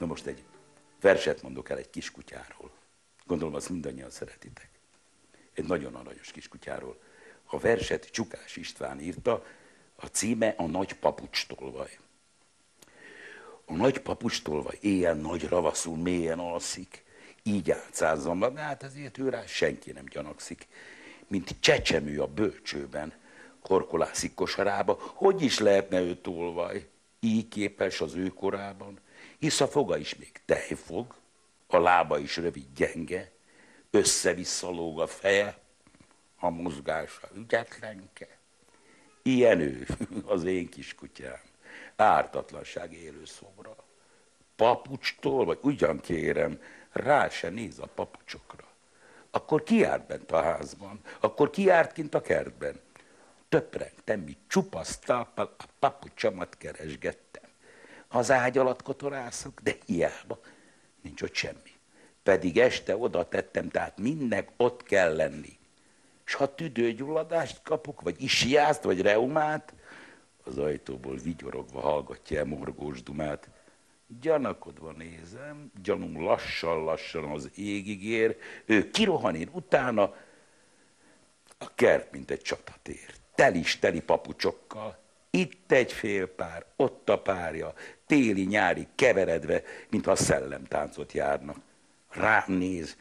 Na most egy verset mondok el egy kiskutyáról. Gondolom, azt mindannyian szeretitek. Egy nagyon aranyos kiskutyáról. A verset Csukás István írta, a címe a Nagy papucstolvaj. A nagy papucstolvaj éjjel nagy ravaszul mélyen alszik, így álcázza magát, ezért ő rá senki nem gyanakszik. Mint csecsemő a bölcsőben, korkolászik kosarába, hogy is lehetne ő tolvaj, így képes az ő korában, hisz a foga is még tejfog, a lába is rövid gyenge, össze-vissza lóg a feje, a mozgása ügyetlenke. Ilyen ő, az én kiskutyám, ártatlanság élő szobra. Papucstól, vagy ugyan kérem, rá se néz a papucsokra. Akkor ki járt bent a házban? Akkor ki járt kint a kertben? Töprengtem, mi csupasz talppal a papucsomat keresgettem. Az ágy alatt kotorászok, de hiába, nincs ott semmi. Pedig este oda tettem, tehát mindnek ott kell lenni. És ha tüdőgyulladást kapok, vagy isiászt, vagy reumát, az ajtóból vigyorogva hallgatja el morgós dumát. Gyanakodva nézem, gyanúm lassan-lassan az égig ér, ő kirohan, én utána, a kert, mint egy csatatér, teli papucsokkal, itt egy fél pár, ott a párja, téli-nyári keveredve, mintha szellemtáncot járnak. Rám néz,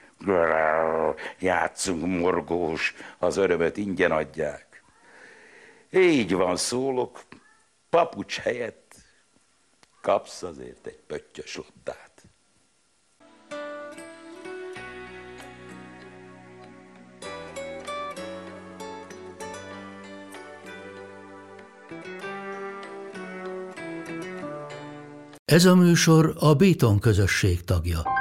játszunk morgós, az örömöt ingyen adják. Így van, szólok, papucs helyett kapsz azért egy pöttyös labdát. Ez a műsor a Béton közösség tagja.